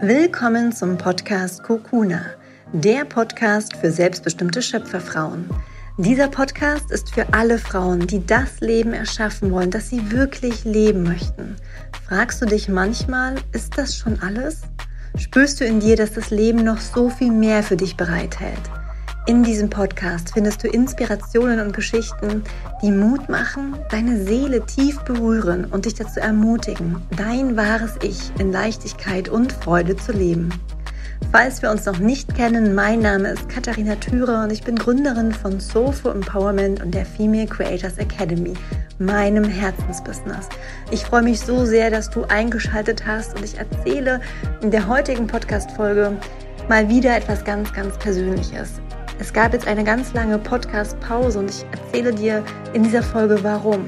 Willkommen zum Podcast Kokuna, der Podcast für selbstbestimmte Schöpferfrauen. Dieser Podcast ist für alle Frauen, die das Leben erschaffen wollen, das sie wirklich leben möchten. Fragst du dich manchmal, ist das schon alles? Spürst du in dir, dass das Leben noch so viel mehr für dich bereithält? In diesem Podcast findest du Inspirationen und Geschichten, die Mut machen, deine Seele tief berühren und dich dazu ermutigen, dein wahres Ich in Leichtigkeit und Freude zu leben. Falls wir uns noch nicht kennen, mein Name ist Katharina Thürer und ich bin Gründerin von Soulful Empowerment und der Female Creators Academy, meinem Herzensbusiness. Ich freue mich so sehr, dass du eingeschaltet hast und ich erzähle in der heutigen Podcast-Folge mal wieder etwas ganz, ganz Persönliches. Es gab jetzt eine ganz lange Podcast-Pause und ich erzähle dir in dieser Folge warum.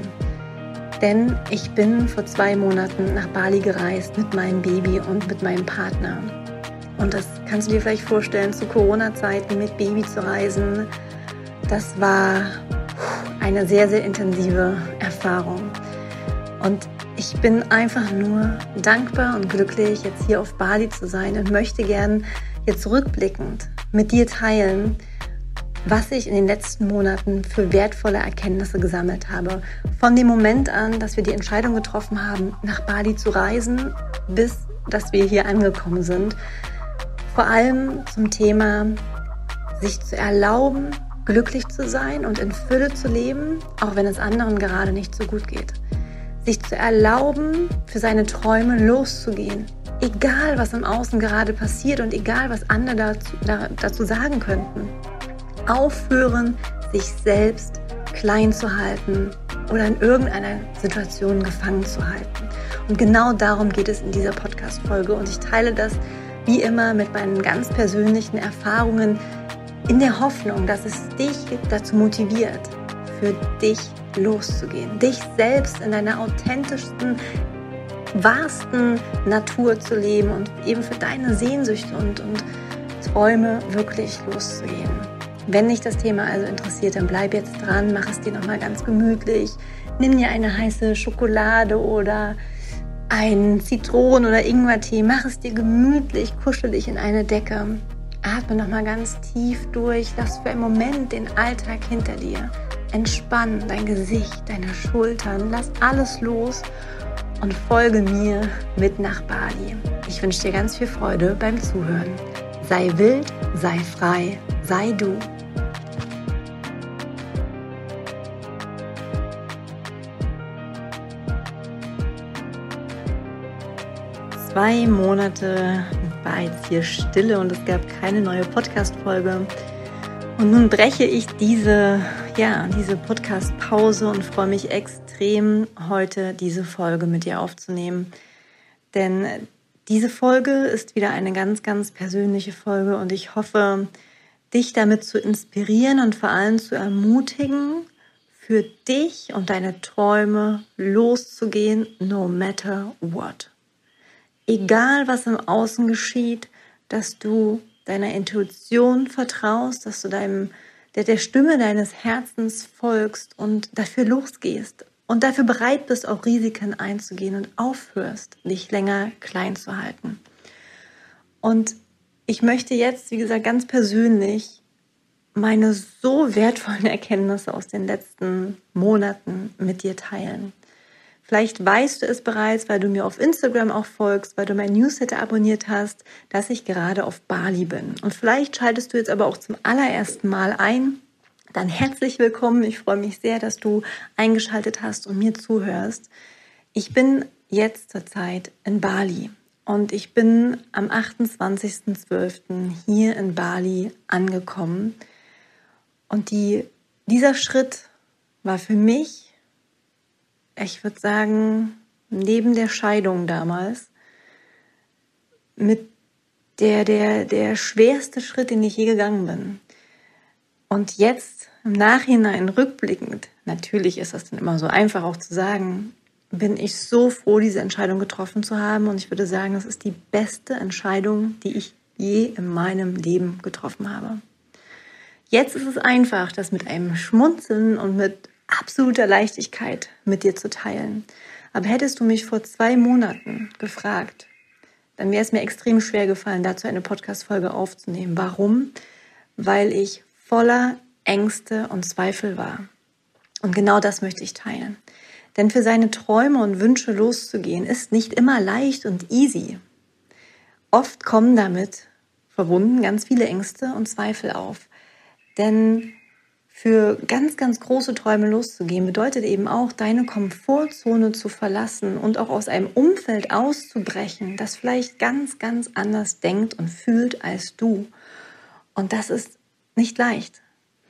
Denn ich bin vor 2 Monaten nach Bali gereist mit meinem Baby und mit meinem Partner. Und das kannst du dir vielleicht vorstellen, zu Corona-Zeiten mit Baby zu reisen. Das war eine sehr, sehr intensive Erfahrung. Und ich bin einfach nur dankbar und glücklich, jetzt hier auf Bali zu sein und möchte gern jetzt rückblickend mit dir teilen, was ich in den letzten Monaten für wertvolle Erkenntnisse gesammelt habe. Von dem Moment an, dass wir die Entscheidung getroffen haben, nach Bali zu reisen, bis dass wir hier angekommen sind. Vor allem zum Thema, sich zu erlauben, glücklich zu sein und in Fülle zu leben, auch wenn es anderen gerade nicht so gut geht. Sich zu erlauben, für seine Träume loszugehen. Egal, was im Außen gerade passiert und egal, was andere dazu sagen könnten. Aufhören, sich selbst klein zu halten oder in irgendeiner Situation gefangen zu halten. Und genau darum geht es in dieser Podcast-Folge. Und ich teile das wie immer mit meinen ganz persönlichen Erfahrungen in der Hoffnung, dass es dich dazu motiviert, für dich loszugehen. Dich selbst in deiner authentischsten, wahrsten Natur zu leben und eben für deine Sehnsüchte und Träume wirklich loszugehen. Wenn dich das Thema also interessiert, dann bleib jetzt dran, mach es dir nochmal ganz gemütlich. Nimm dir eine heiße Schokolade oder einen Zitronen- oder Ingwertee. Mach es dir gemütlich, kuschel dich in eine Decke. Atme nochmal ganz tief durch. Lass für einen Moment den Alltag hinter dir. Entspann dein Gesicht, deine Schultern. Lass alles los und folge mir mit nach Bali. Ich wünsche dir ganz viel Freude beim Zuhören. Sei wild, sei frei, sei du. 2 Monate war jetzt hier Stille und es gab keine neue Podcast-Folge. Und nun breche ich diese Podcast-Pause und freue mich extrem, heute diese Folge mit dir aufzunehmen. Denn diese Folge ist wieder eine ganz, ganz persönliche Folge und ich hoffe, dich damit zu inspirieren und vor allem zu ermutigen, für dich und deine Träume loszugehen, no matter what. Egal, was im Außen geschieht, dass du deiner Intuition vertraust, dass du der Stimme deines Herzens folgst und dafür losgehst und dafür bereit bist, auch Risiken einzugehen und aufhörst, dich länger klein zu halten. Und ich möchte jetzt, wie gesagt, ganz persönlich meine so wertvollen Erkenntnisse aus den letzten Monaten mit dir teilen. Vielleicht weißt du es bereits, weil du mir auf Instagram auch folgst, weil du mein Newsletter abonniert hast, dass ich gerade auf Bali bin. Und vielleicht schaltest du jetzt aber auch zum allerersten Mal ein. Dann herzlich willkommen. Ich freue mich sehr, dass du eingeschaltet hast und mir zuhörst. Ich bin jetzt zurzeit in Bali und ich bin am 28.12. hier in Bali angekommen. Und dieser Schritt war für mich, ich würde sagen, neben der Scheidung damals, mit der schwerste Schritt, den ich je gegangen bin. Und jetzt im Nachhinein rückblickend, natürlich ist das dann immer so einfach auch zu sagen, bin ich so froh, diese Entscheidung getroffen zu haben. Und ich würde sagen, das ist die beste Entscheidung, die ich je in meinem Leben getroffen habe. Jetzt ist es einfach, das mit einem Schmunzeln und mit absoluter Leichtigkeit mit dir zu teilen. Aber hättest du mich vor 2 Monaten gefragt, dann wäre es mir extrem schwer gefallen, dazu eine Podcast-Folge aufzunehmen. Warum? Weil ich voller Ängste und Zweifel war. Und genau das möchte ich teilen. Denn für seine Träume und Wünsche loszugehen, ist nicht immer leicht und easy. Oft kommen damit verbunden ganz viele Ängste und Zweifel auf. Denn für ganz, ganz große Träume loszugehen, bedeutet eben auch, deine Komfortzone zu verlassen und auch aus einem Umfeld auszubrechen, das vielleicht ganz, ganz anders denkt und fühlt als du. Und das ist nicht leicht.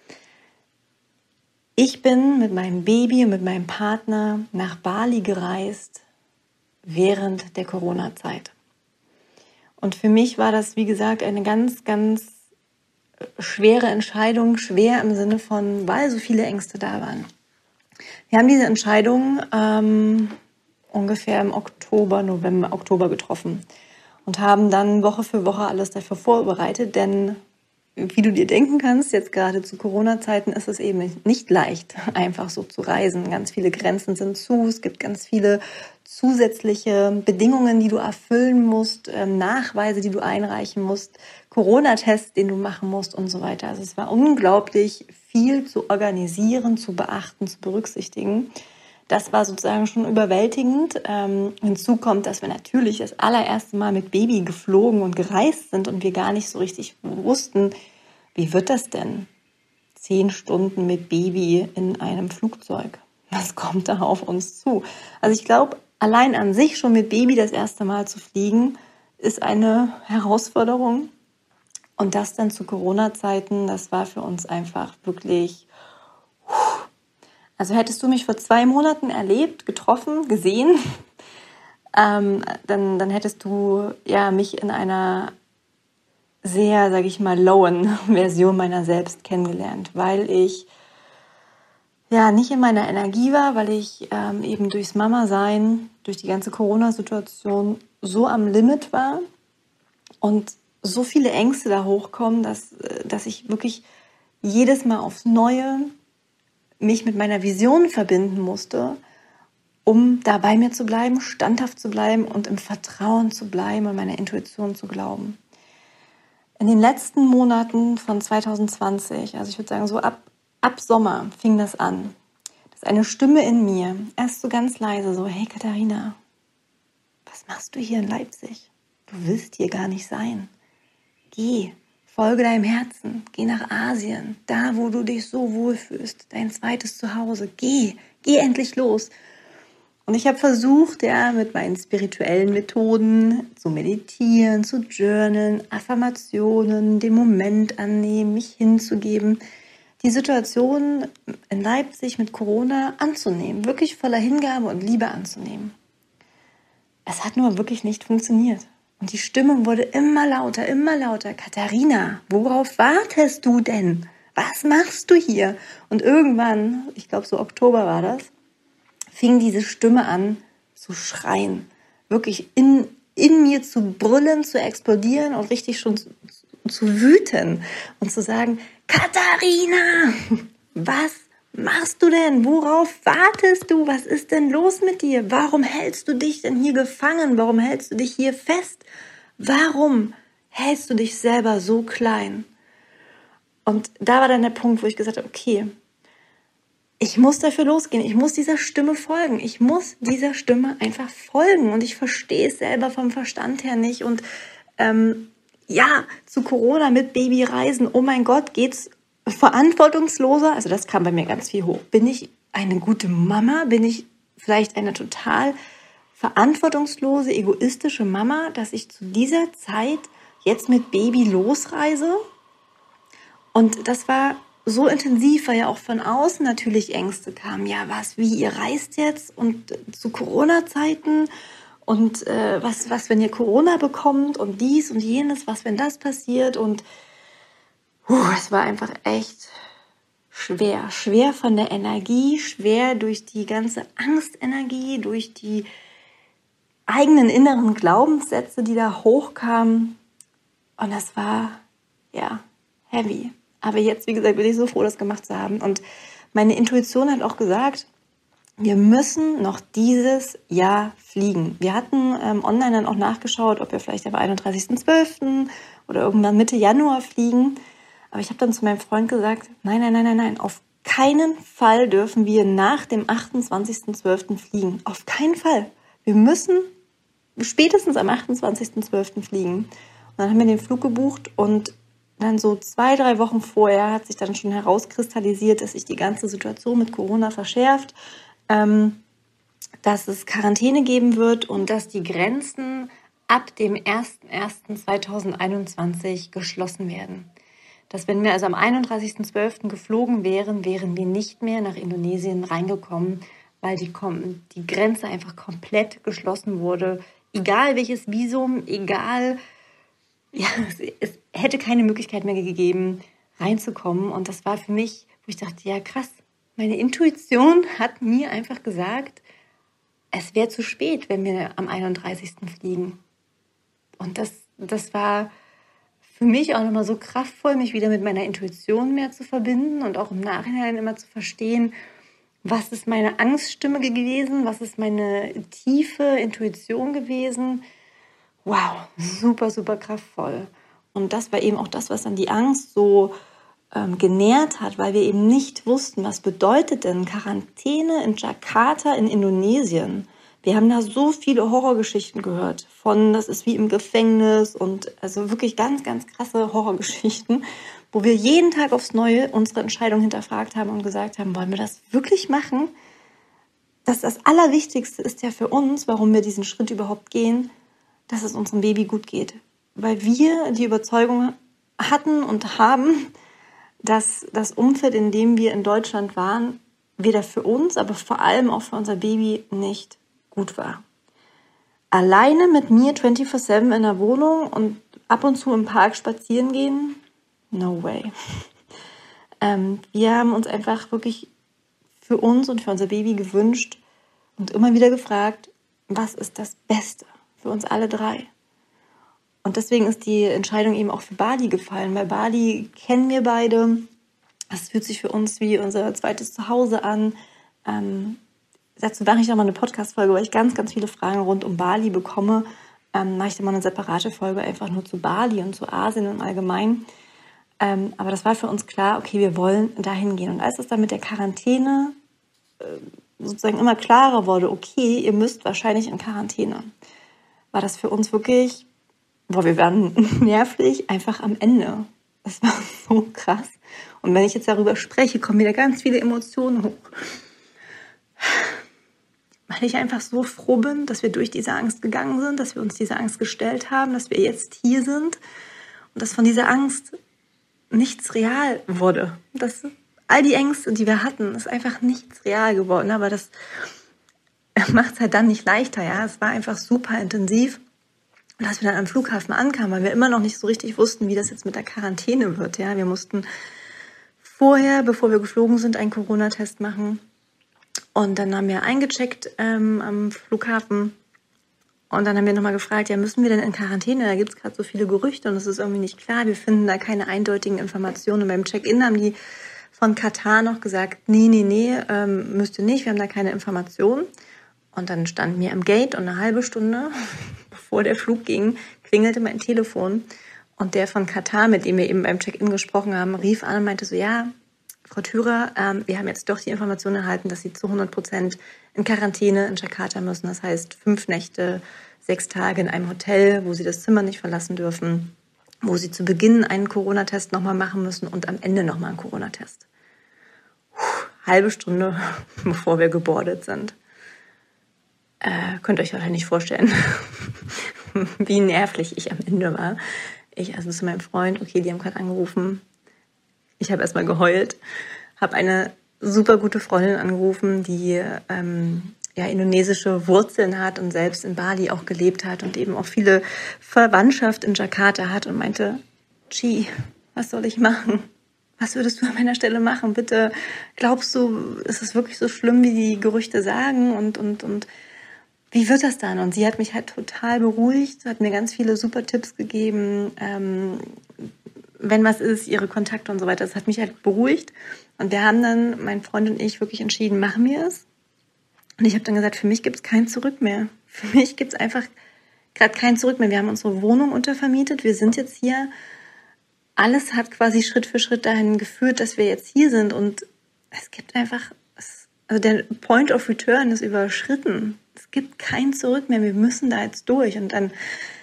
Ich bin mit meinem Baby und mit meinem Partner nach Bali gereist während der Corona-Zeit. Und für mich war das, wie gesagt, eine ganz, ganz schwere Entscheidung, schwer im Sinne von, weil so viele Ängste da waren. Wir haben diese Entscheidung ungefähr im Oktober getroffen und haben dann Woche für Woche alles dafür vorbereitet, denn wie du dir denken kannst, jetzt gerade zu Corona-Zeiten ist es eben nicht leicht, einfach so zu reisen. Ganz viele Grenzen sind zu, es gibt ganz viele zusätzliche Bedingungen, die du erfüllen musst, Nachweise, die du einreichen musst, Corona-Tests, den du machen musst und so weiter. Also es war unglaublich viel zu organisieren, zu beachten, zu berücksichtigen. Das war sozusagen schon überwältigend. Hinzu kommt, dass wir natürlich das allererste Mal mit Baby geflogen und gereist sind und wir gar nicht so richtig wussten, wie wird das denn? 10 Stunden mit Baby in einem Flugzeug. Was kommt da auf uns zu? Also ich glaube, allein an sich schon mit Baby das erste Mal zu fliegen, ist eine Herausforderung. Und das dann zu Corona-Zeiten, das war für uns einfach wirklich... Also hättest du mich vor 2 Monaten erlebt, getroffen, gesehen, dann hättest du ja mich in einer sehr, sage ich mal, lowen Version meiner selbst kennengelernt, weil ich ja nicht in meiner Energie war, weil ich eben durchs Mama-Sein, durch die ganze Corona-Situation so am Limit war und so viele Ängste da hochkommen, dass ich wirklich jedes Mal aufs Neue mich mit meiner Vision verbinden musste, um da bei mir zu bleiben, standhaft zu bleiben und im Vertrauen zu bleiben und meiner Intuition zu glauben. In den letzten Monaten von 2020, also ich würde sagen so ab Sommer fing das an, dass eine Stimme in mir, erst so ganz leise, so, hey Katharina, was machst du hier in Leipzig? Du willst hier gar nicht sein. Geh. Folge deinem Herzen, geh nach Asien, da wo du dich so wohlfühlst, dein zweites Zuhause, geh endlich los. Und ich habe versucht, ja, mit meinen spirituellen Methoden zu meditieren, zu journalen, Affirmationen, den Moment annehmen, mich hinzugeben, die Situation in Leipzig mit Corona anzunehmen, wirklich voller Hingabe und Liebe anzunehmen. Es hat nur wirklich nicht funktioniert. Und die Stimme wurde immer lauter, immer lauter. Katharina, worauf wartest du denn? Was machst du hier? Und irgendwann, ich glaube so Oktober war das, fing diese Stimme an zu schreien. Wirklich in mir zu brüllen, zu explodieren und richtig schon zu wüten. Und zu sagen, Katharina, was machst du denn? Worauf wartest du? Was ist denn los mit dir? Warum hältst du dich denn hier gefangen? Warum hältst du dich hier fest? Warum hältst du dich selber so klein? Und da war dann der Punkt, wo ich gesagt habe, okay, ich muss dafür losgehen. Ich muss dieser Stimme folgen. Ich muss dieser Stimme einfach folgen. Und ich verstehe es selber vom Verstand her nicht. Und zu Corona mit Baby reisen, oh mein Gott, geht's verantwortungsloser, also das kam bei mir ganz viel hoch. Bin ich eine gute Mama? Bin ich vielleicht eine total verantwortungslose, egoistische Mama, dass ich zu dieser Zeit jetzt mit Baby losreise? Und das war so intensiv, weil ja auch von außen natürlich Ängste kamen. Ja, wie, ihr reist jetzt und zu Corona-Zeiten und was, wenn ihr Corona bekommt und dies und jenes, was, wenn das passiert und es war einfach echt schwer von der Energie, schwer durch die ganze Angstenergie, durch die eigenen inneren Glaubenssätze, die da hochkamen. Und das war, heavy. Aber jetzt, wie gesagt, bin ich so froh, das gemacht zu haben. Und meine Intuition hat auch gesagt, wir müssen noch dieses Jahr fliegen. Wir hatten online dann auch nachgeschaut, ob wir vielleicht am 31.12. oder irgendwann Mitte Januar fliegen. Aber ich habe dann zu meinem Freund gesagt, nein, auf keinen Fall dürfen wir nach dem 28.12. fliegen. Auf keinen Fall. Wir müssen spätestens am 28.12. fliegen. Und dann haben wir den Flug gebucht und dann so 2-3 Wochen vorher hat sich dann schon herauskristallisiert, dass sich die ganze Situation mit Corona verschärft, dass es Quarantäne geben wird und dass die Grenzen ab dem 01.01.2021 geschlossen werden. Dass wenn wir also am 31.12. geflogen wären, wären wir nicht mehr nach Indonesien reingekommen, weil die Grenze einfach komplett geschlossen wurde. Egal welches Visum, egal, ja, es hätte keine Möglichkeit mehr gegeben, reinzukommen. Und das war für mich, wo ich dachte, ja krass, meine Intuition hat mir einfach gesagt, es wäre zu spät, wenn wir am 31. fliegen. Und das war für mich auch nochmal so kraftvoll, mich wieder mit meiner Intuition mehr zu verbinden und auch im Nachhinein immer zu verstehen, was ist meine Angststimme gewesen, was ist meine tiefe Intuition gewesen. Wow, super, super kraftvoll. Und das war eben auch das, was dann die Angst so genährt hat, weil wir eben nicht wussten, was bedeutet denn Quarantäne in Jakarta in Indonesien. Wir haben da so viele Horrorgeschichten gehört, das ist wie im Gefängnis und also wirklich ganz, ganz krasse Horrorgeschichten, wo wir jeden Tag aufs Neue unsere Entscheidung hinterfragt haben und gesagt haben, wollen wir das wirklich machen? Das Allerwichtigste ist ja für uns, warum wir diesen Schritt überhaupt gehen, dass es unserem Baby gut geht. Weil wir die Überzeugung hatten und haben, dass das Umfeld, in dem wir in Deutschland waren, weder für uns, aber vor allem auch für unser Baby nicht gut war. Alleine mit mir 24/7 in der Wohnung und ab und zu im Park spazieren gehen, no way. Wir haben uns einfach wirklich für uns und für unser Baby gewünscht und immer wieder gefragt, was ist das Beste für uns alle 3? Und deswegen ist die Entscheidung eben auch für Bali gefallen, weil Bali kennen wir beide. Es fühlt sich für uns wie unser zweites Zuhause an. Dazu mache ich nochmal eine Podcast-Folge, weil ich ganz, ganz viele Fragen rund um Bali bekomme. Mache ich dann mal eine separate Folge einfach nur zu Bali und zu Asien im Allgemeinen. Aber das war für uns klar, okay, wir wollen dahin gehen. Und als es dann mit der Quarantäne sozusagen immer klarer wurde, okay, ihr müsst wahrscheinlich in Quarantäne, war das für uns wirklich, wir waren nervlich einfach am Ende. Das war so krass. Und wenn ich jetzt darüber spreche, kommen wieder ganz viele Emotionen hoch. Weil ich einfach so froh bin, dass wir durch diese Angst gegangen sind, dass wir uns diese Angst gestellt haben, dass wir jetzt hier sind und dass von dieser Angst nichts real wurde. Dass all die Ängste, die wir hatten, ist einfach nichts real geworden. Aber das macht es halt dann nicht leichter. Ja, es war einfach super intensiv. Und als wir dann am Flughafen ankamen, weil wir immer noch nicht so richtig wussten, wie das jetzt mit der Quarantäne wird. Ja, wir mussten vorher, bevor wir geflogen sind, einen Corona-Test machen. Und dann haben wir eingecheckt am Flughafen. Und dann haben wir nochmal gefragt, ja, müssen wir denn in Quarantäne? Da gibt es gerade so viele Gerüchte und es ist irgendwie nicht klar. Wir finden da keine eindeutigen Informationen. Und beim Check-in haben die von Katar noch gesagt, nee, müsst ihr nicht, wir haben da keine Informationen. Und dann standen wir am Gate und eine halbe Stunde, bevor der Flug ging, klingelte mein Telefon. Und der von Katar, mit dem wir eben beim Check-in gesprochen haben, rief an und meinte so, ja, Frau Thürer, wir haben jetzt doch die Information erhalten, dass Sie zu 100% in Quarantäne in Jakarta müssen. Das heißt 5 Nächte, 6 Tage in einem Hotel, wo Sie das Zimmer nicht verlassen dürfen, wo Sie zu Beginn einen Corona-Test nochmal machen müssen und am Ende nochmal einen Corona-Test. Halbe Stunde, bevor wir gebordet sind. Könnt ihr euch wahrscheinlich nicht vorstellen, wie nervlich ich am Ende war. Ich also zu meinem Freund, okay, die haben gerade angerufen. Ich habe erstmal geheult, habe eine super gute Freundin angerufen, die indonesische Wurzeln hat und selbst in Bali auch gelebt hat und eben auch viele Verwandtschaft in Jakarta hat und meinte, Chi, was soll ich machen? Was würdest du an meiner Stelle machen? Bitte, glaubst du, ist es wirklich so schlimm, wie die Gerüchte sagen? Und wie wird das dann? Und sie hat mich halt total beruhigt, hat mir ganz viele super Tipps gegeben, wenn was ist, ihre Kontakte und so weiter. Das hat mich halt beruhigt. Und wir haben dann, mein Freund und ich, wirklich entschieden, machen wir es. Und ich habe dann gesagt, für mich gibt es kein Zurück mehr. Für mich gibt es einfach gerade kein Zurück mehr. Wir haben unsere Wohnung untervermietet. Wir sind jetzt hier. Alles hat quasi Schritt für Schritt dahin geführt, dass wir jetzt hier sind. Und es gibt einfach, also der Point of Return ist überschritten. Es gibt kein Zurück mehr. Wir müssen da jetzt durch. Und dann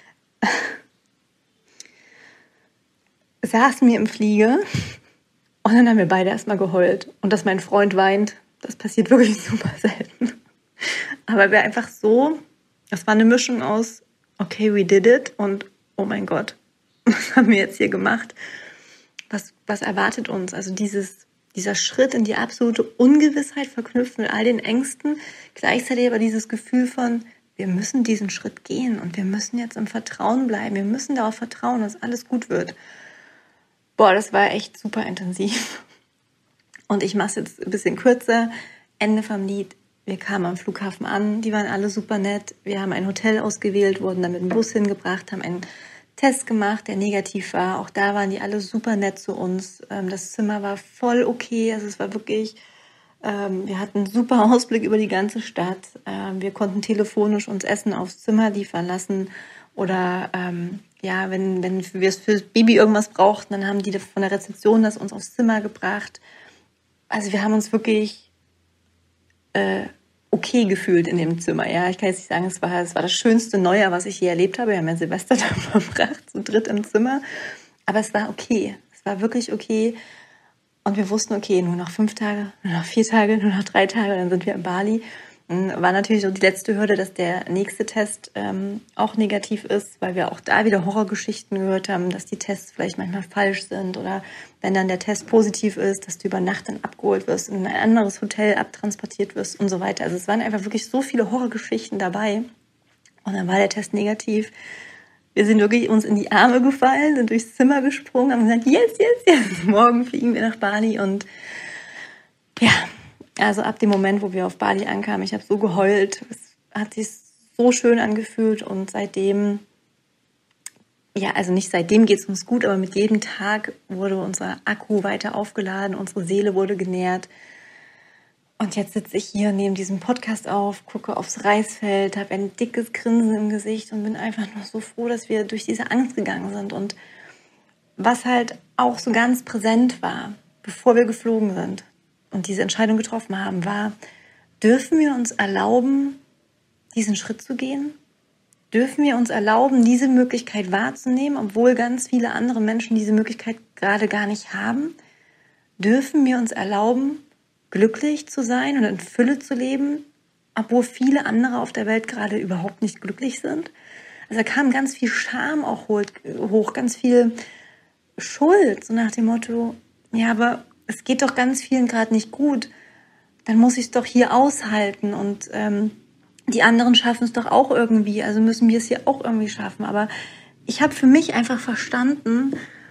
saßen wir im Flieger und dann haben wir beide erstmal geheult. Und dass mein Freund weint, das passiert wirklich super selten. Aber wir einfach so, das war eine Mischung aus, okay, we did it und oh mein Gott, was haben wir jetzt hier gemacht? Was erwartet uns? Also dieser Schritt in die absolute Ungewissheit verknüpft mit all den Ängsten, gleichzeitig aber dieses Gefühl von, wir müssen diesen Schritt gehen und wir müssen jetzt im Vertrauen bleiben. Wir müssen darauf vertrauen, dass alles gut wird. Boah, das war echt super intensiv. Und ich mache es jetzt ein bisschen kürzer. Ende vom Lied. Wir kamen am Flughafen an, die waren alle super nett. Wir haben ein Hotel ausgewählt, wurden dann mit dem Bus hingebracht, haben einen Test gemacht, der negativ war. Auch da waren die alle super nett zu uns. Das Zimmer war voll okay. Also es war wirklich, wir hatten einen super Ausblick über die ganze Stadt. Wir konnten telefonisch uns Essen aufs Zimmer liefern lassen. Oder wenn wir es fürs Baby irgendwas brauchten, dann haben die von der Rezeption das uns aufs Zimmer gebracht. Also wir haben uns wirklich okay gefühlt in dem Zimmer. Ja, ich kann jetzt nicht sagen, es war das schönste Neujahr, was ich je erlebt habe. Wir haben ja Silvester da verbracht, zu dritt im Zimmer. Aber es war okay. Es war wirklich okay. Und wir wussten, okay, nur noch 5 Tage, nur noch 4 Tage, nur noch 3 Tage, dann sind wir in Bali. War natürlich so die letzte Hürde, dass der nächste Test auch negativ ist, weil wir auch da wieder Horrorgeschichten gehört haben, dass die Tests vielleicht manchmal falsch sind oder wenn dann der Test positiv ist, dass du über Nacht dann abgeholt wirst und in ein anderes Hotel abtransportiert wirst und so weiter. Also es waren einfach wirklich so viele Horrorgeschichten dabei und dann war der Test negativ. Wir sind wirklich uns in die Arme gefallen, sind durchs Zimmer gesprungen, haben gesagt, yes. Morgen fliegen wir nach Bali und ja, also ab dem Moment, wo wir auf Bali ankamen, ich habe so geheult, es hat sich so schön angefühlt und seitdem, ja, also nicht seitdem geht es uns gut, aber mit jedem Tag wurde unser Akku weiter aufgeladen, unsere Seele wurde genährt. Und jetzt sitze ich hier, nehme diesen Podcast auf, gucke aufs Reisfeld, habe ein dickes Grinsen im Gesicht und bin einfach nur so froh, dass wir durch diese Angst gegangen sind. Und was halt auch so ganz präsent war, bevor wir geflogen sind, und diese Entscheidung getroffen haben, war, dürfen wir uns erlauben, diesen Schritt zu gehen? Dürfen wir uns erlauben, diese Möglichkeit wahrzunehmen, obwohl ganz viele andere Menschen diese Möglichkeit gerade gar nicht haben? Dürfen wir uns erlauben, glücklich zu sein und in Fülle zu leben, obwohl viele andere auf der Welt gerade überhaupt nicht glücklich sind? Also da kam ganz viel Scham auch hoch, ganz viel Schuld, so nach dem Motto, ja, aber es geht doch ganz vielen gerade nicht gut, dann muss ich es doch hier aushalten und die anderen schaffen es doch auch irgendwie, also müssen wir es hier auch irgendwie schaffen. Aber ich habe für mich einfach verstanden,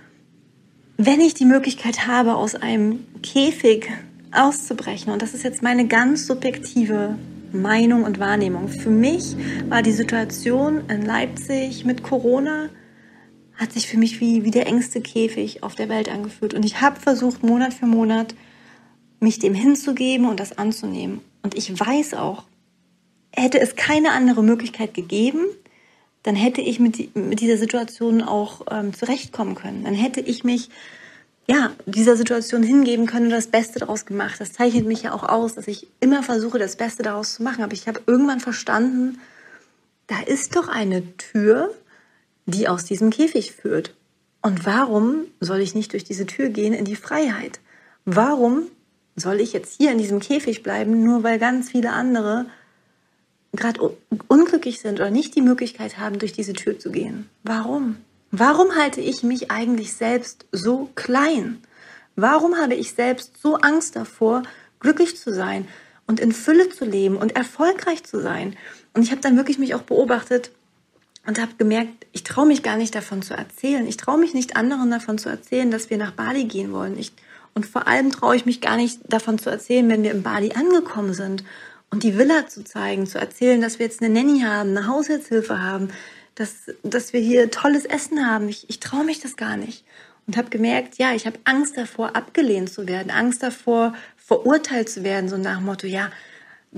wenn ich die Möglichkeit habe, aus einem Käfig auszubrechen, und das ist jetzt meine ganz subjektive Meinung und Wahrnehmung, für mich war die Situation in Leipzig mit Corona hat sich für mich wie der engste Käfig auf der Welt angefühlt. Und ich habe versucht, Monat für Monat, mich dem hinzugeben und das anzunehmen. Und ich weiß auch, hätte es keine andere Möglichkeit gegeben, dann hätte ich mit dieser Situation auch zurechtkommen können. Dann hätte ich mich dieser Situation hingeben können und das Beste daraus gemacht. Das zeichnet mich ja auch aus, dass ich immer versuche, das Beste daraus zu machen. Aber ich habe irgendwann verstanden, da ist doch eine Tür, die aus diesem Käfig führt. Und warum soll ich nicht durch diese Tür gehen in die Freiheit? Warum soll ich jetzt hier in diesem Käfig bleiben, nur weil ganz viele andere gerade unglücklich sind oder nicht die Möglichkeit haben, durch diese Tür zu gehen? Warum? Warum halte ich mich eigentlich selbst so klein? Warum habe ich selbst so Angst davor, glücklich zu sein und in Fülle zu leben und erfolgreich zu sein? Und ich habe dann wirklich mich auch beobachtet, und habe gemerkt, ich traue mich gar nicht davon zu erzählen. Ich traue mich nicht anderen davon zu erzählen, dass wir nach Bali gehen wollen. Und vor allem traue ich mich gar nicht davon zu erzählen, wenn wir in Bali angekommen sind. Und die Villa zu zeigen, zu erzählen, dass wir jetzt eine Nanny haben, eine Haushaltshilfe haben, dass wir hier tolles Essen haben. Ich traue mich das gar nicht. Und habe gemerkt, ja, ich habe Angst davor, abgelehnt zu werden. Angst davor, verurteilt zu werden. So nach dem Motto, ja,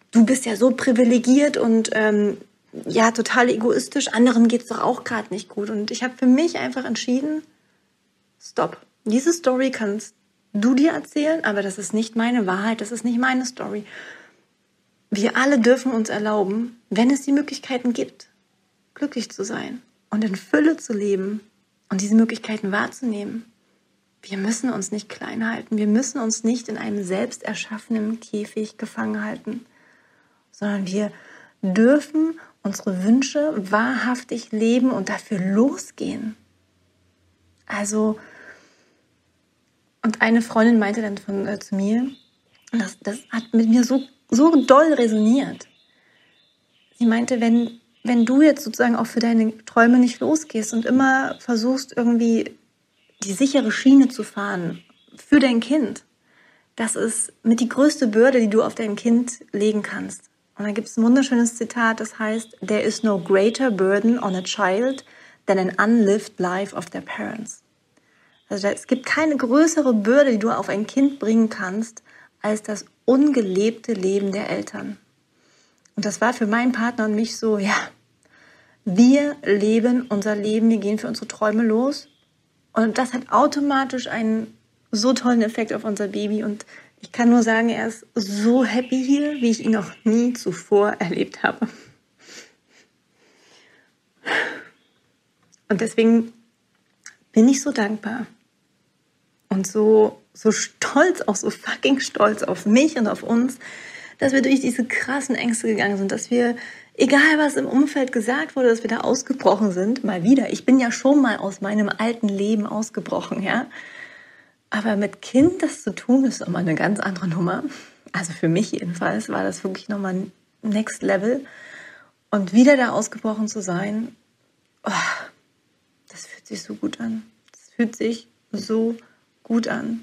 du bist ja so privilegiert und ja, total egoistisch, anderen geht's doch auch gerade nicht gut. Und ich habe für mich einfach entschieden, stopp. Diese Story kannst du dir erzählen, aber das ist nicht meine Wahrheit, das ist nicht meine Story. Wir alle dürfen uns erlauben, wenn es die Möglichkeiten gibt, glücklich zu sein und in Fülle zu leben und diese Möglichkeiten wahrzunehmen. Wir müssen uns nicht klein halten, wir müssen uns nicht in einem selbst erschaffenen Käfig gefangen halten, sondern wir dürfen unsere Wünsche wahrhaftig leben und dafür losgehen. Also, und eine Freundin meinte dann zu mir, das hat mit mir so doll resoniert. Sie meinte, wenn du jetzt sozusagen auch für deine Träume nicht losgehst und immer versuchst, irgendwie die sichere Schiene zu fahren für dein Kind, das ist mit die größte Bürde, die du auf dein Kind legen kannst. Und da gibt es ein wunderschönes Zitat, das heißt, there is no greater burden on a child than an unlived life of their parents. Also es gibt keine größere Bürde, die du auf ein Kind bringen kannst, als das ungelebte Leben der Eltern. Und das war für meinen Partner und mich so, ja, wir leben unser Leben, wir gehen für unsere Träume los. Und das hat automatisch einen so tollen Effekt auf unser Baby. Und ich kann nur sagen, er ist so happy hier, wie ich ihn noch nie zuvor erlebt habe. Und deswegen bin ich so dankbar und so stolz, auch so fucking stolz auf mich und auf uns, dass wir durch diese krassen Ängste gegangen sind, dass wir, egal was im Umfeld gesagt wurde, dass wir da ausgebrochen sind, mal wieder. Ich bin ja schon mal aus meinem alten Leben ausgebrochen, ja. Aber mit Kind das zu tun, ist nochmal eine ganz andere Nummer. Also für mich jedenfalls war das wirklich nochmal Next Level. Und wieder da ausgebrochen zu sein, oh, das fühlt sich so gut an. Das fühlt sich so gut an.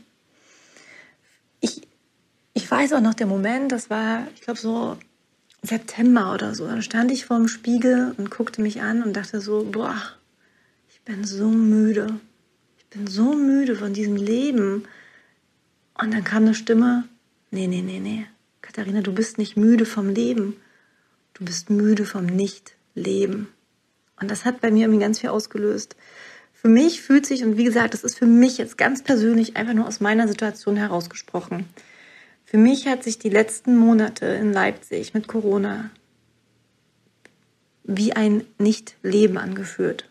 Ich weiß auch noch der Moment, das war, ich glaube so September oder so. Dann stand ich vorm Spiegel und guckte mich an und dachte so, boah, ich bin so müde. Ich bin so müde von diesem Leben. Und dann kam eine Stimme, nee, Katharina, du bist nicht müde vom Leben. Du bist müde vom Nicht-Leben. Und das hat bei mir irgendwie ganz viel ausgelöst. Für mich fühlt sich, und wie gesagt, das ist für mich jetzt ganz persönlich einfach nur aus meiner Situation herausgesprochen. Für mich hat sich die letzten Monate in Leipzig mit Corona wie ein Nicht-Leben angefühlt.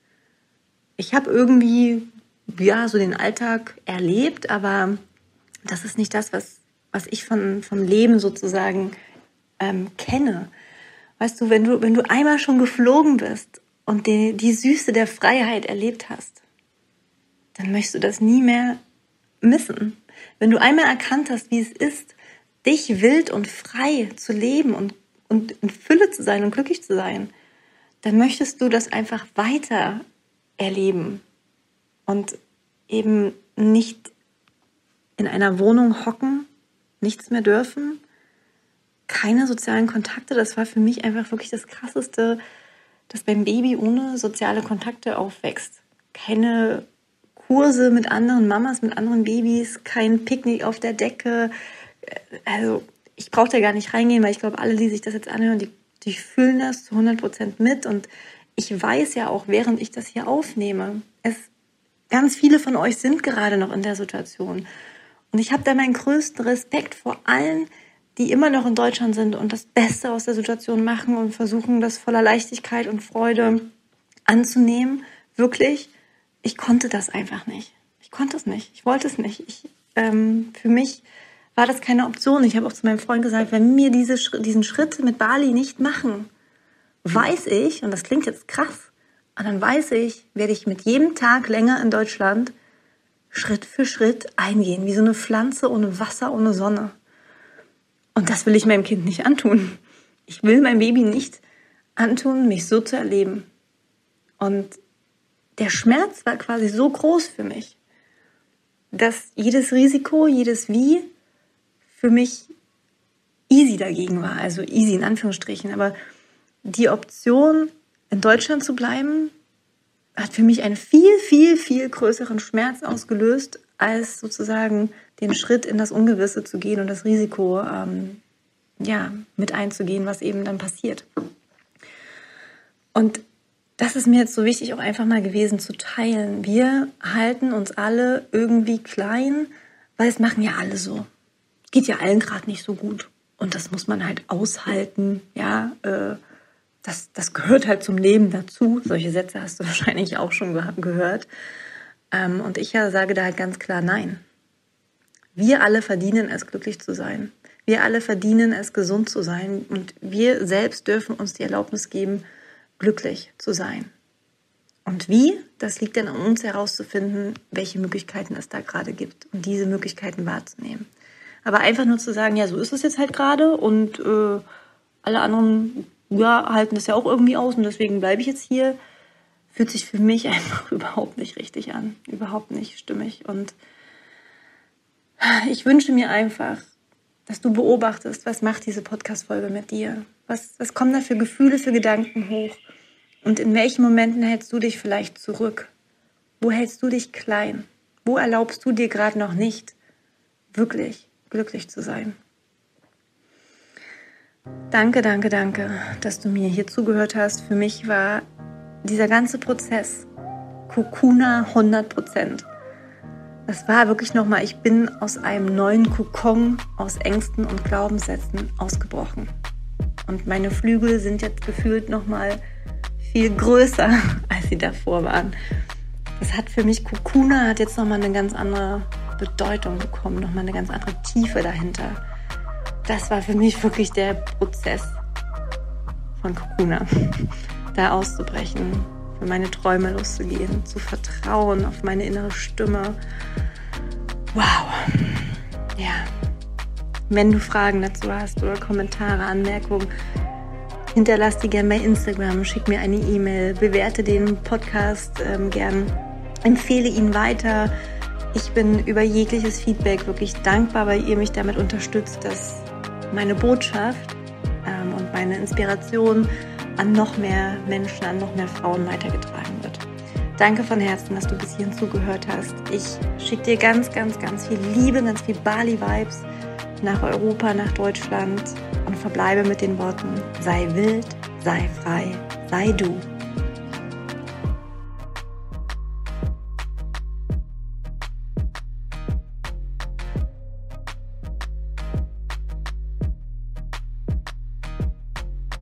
Ich habe irgendwie, ja, so den Alltag erlebt, aber das ist nicht das, was ich vom Leben sozusagen kenne. Weißt du, wenn du einmal schon geflogen bist und die Süße der Freiheit erlebt hast, dann möchtest du das nie mehr missen. Wenn du einmal erkannt hast, wie es ist, dich wild und frei zu leben und in Fülle zu sein und glücklich zu sein, dann möchtest du das einfach weiter erleben und eben nicht in einer Wohnung hocken, nichts mehr dürfen, keine sozialen Kontakte. Das war für mich einfach wirklich das Krasseste, dass beim Baby ohne soziale Kontakte aufwächst. Keine Kurse mit anderen Mamas, mit anderen Babys, kein Picknick auf der Decke. Also ich brauche da gar nicht reingehen, weil ich glaube, alle, die sich das jetzt anhören, die fühlen das zu 100% mit. Und ich weiß ja auch, während ich das hier aufnehme, ganz viele von euch sind gerade noch in der Situation. Und ich habe da meinen größten Respekt vor allen, die immer noch in Deutschland sind und das Beste aus der Situation machen und versuchen, das voller Leichtigkeit und Freude anzunehmen. Wirklich, ich konnte das einfach nicht. Ich konnte es nicht. Ich wollte es nicht. Für mich war das keine Option. Ich habe auch zu meinem Freund gesagt, wenn wir diesen Schritt mit Bali nicht machen, weiß ich, und das klingt jetzt krass, aber dann weiß ich, werde ich mit jedem Tag länger in Deutschland Schritt für Schritt eingehen, wie so eine Pflanze ohne Wasser, ohne Sonne. Und das will ich meinem Kind nicht antun. Ich will meinem Baby nicht antun, mich so zu erleben. Und der Schmerz war quasi so groß für mich, dass jedes Risiko, jedes Wie für mich easy dagegen war. Also easy in Anführungsstrichen. Aber die Option, in Deutschland zu bleiben, hat für mich einen viel, viel, viel größeren Schmerz ausgelöst, als sozusagen den Schritt in das Ungewisse zu gehen und das Risiko mit einzugehen, was eben dann passiert. Und das ist mir jetzt so wichtig, auch einfach mal gewesen zu teilen. Wir halten uns alle irgendwie klein, weil es machen ja alle so. Es geht ja allen gerade nicht so gut. Und das muss man halt aushalten. Ja, das gehört halt zum Leben dazu. Solche Sätze hast du wahrscheinlich auch schon gehört. Und ich sage da halt ganz klar nein. Wir alle verdienen es, glücklich zu sein. Wir alle verdienen es, gesund zu sein. Und wir selbst dürfen uns die Erlaubnis geben, glücklich zu sein. Und wie? Das liegt dann an uns herauszufinden, welche Möglichkeiten es da gerade gibt und diese Möglichkeiten wahrzunehmen. Aber einfach nur zu sagen, ja, so ist es jetzt halt gerade und alle anderen halten das ja auch irgendwie aus und deswegen bleibe ich jetzt hier, fühlt sich für mich einfach überhaupt nicht richtig an, überhaupt nicht stimmig. Und ich wünsche mir einfach, dass du beobachtest, was macht diese Podcast-Folge mit dir? Was kommen da für Gefühle, für Gedanken hoch? Und in welchen Momenten hältst du dich vielleicht zurück? Wo hältst du dich klein? Wo erlaubst du dir gerade noch nicht, wirklich glücklich zu sein? Danke, dass du mir hier zugehört hast. Für mich war dieser ganze Prozess Kokuna 100%. Das war wirklich nochmal, ich bin aus einem neuen Kokon aus Ängsten und Glaubenssätzen ausgebrochen. Und meine Flügel sind jetzt gefühlt nochmal viel größer, als sie davor waren. Das hat für mich, Kokuna hat jetzt nochmal eine ganz andere Bedeutung bekommen, nochmal eine ganz andere Tiefe dahinter. Das war für mich wirklich der Prozess von Kokuna, da auszubrechen, für meine Träume loszugehen, zu vertrauen auf meine innere Stimme. Wow. Ja. Wenn du Fragen dazu hast oder Kommentare, Anmerkungen, hinterlass die gerne bei Instagram, schick mir eine E-Mail, bewerte den Podcast gern, empfehle ihn weiter. Ich bin über jegliches Feedback wirklich dankbar, weil ihr mich damit unterstützt, dass meine Botschaft und meine Inspiration an noch mehr Menschen, an noch mehr Frauen weitergetragen wird. Danke von Herzen, dass du bis hierhin zugehört hast. Ich schicke dir ganz viel Liebe, ganz viel Bali-Vibes nach Europa, nach Deutschland und verbleibe mit den Worten: sei wild, sei frei, sei du.